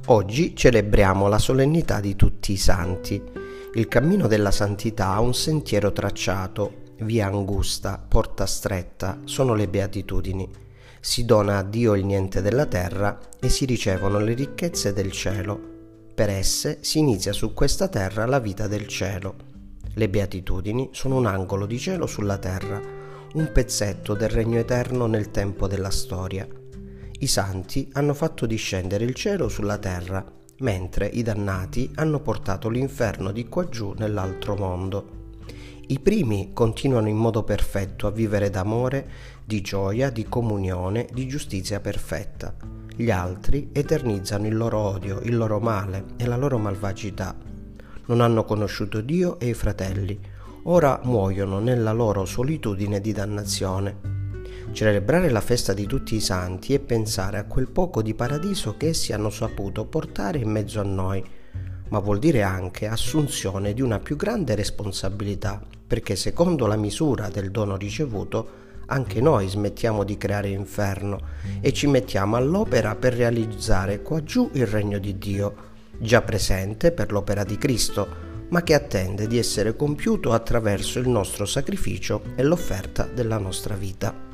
Oggi celebriamo la solennità di tutti i santi. Il cammino della santità ha un sentiero tracciato, via angusta, porta stretta, sono le beatitudini. Si dona a Dio il niente della terra e si ricevono le ricchezze del cielo. Per esse si inizia su questa terra la vita del cielo. Le beatitudini sono un angolo di cielo sulla terra, un pezzetto del regno eterno nel tempo della storia. I santi hanno fatto discendere il cielo sulla terra, mentre i dannati hanno portato l'inferno di qua giù nell'altro mondo. I primi continuano in modo perfetto a vivere d'amore, di gioia, di comunione, di giustizia perfetta. Gli altri eternizzano il loro odio, il loro male e la loro malvagità. Non hanno conosciuto Dio e i fratelli, ora muoiono nella loro solitudine di dannazione. Celebrare la festa di tutti i santi e pensare a quel poco di paradiso che essi hanno saputo portare in mezzo a noi, ma vuol dire anche assunzione di una più grande responsabilità, perché secondo la misura del dono ricevuto anche noi smettiamo di creare inferno e ci mettiamo all'opera per realizzare qua giù il regno di Dio, già presente per l'opera di Cristo, ma che attende di essere compiuto attraverso il nostro sacrificio e l'offerta della nostra vita.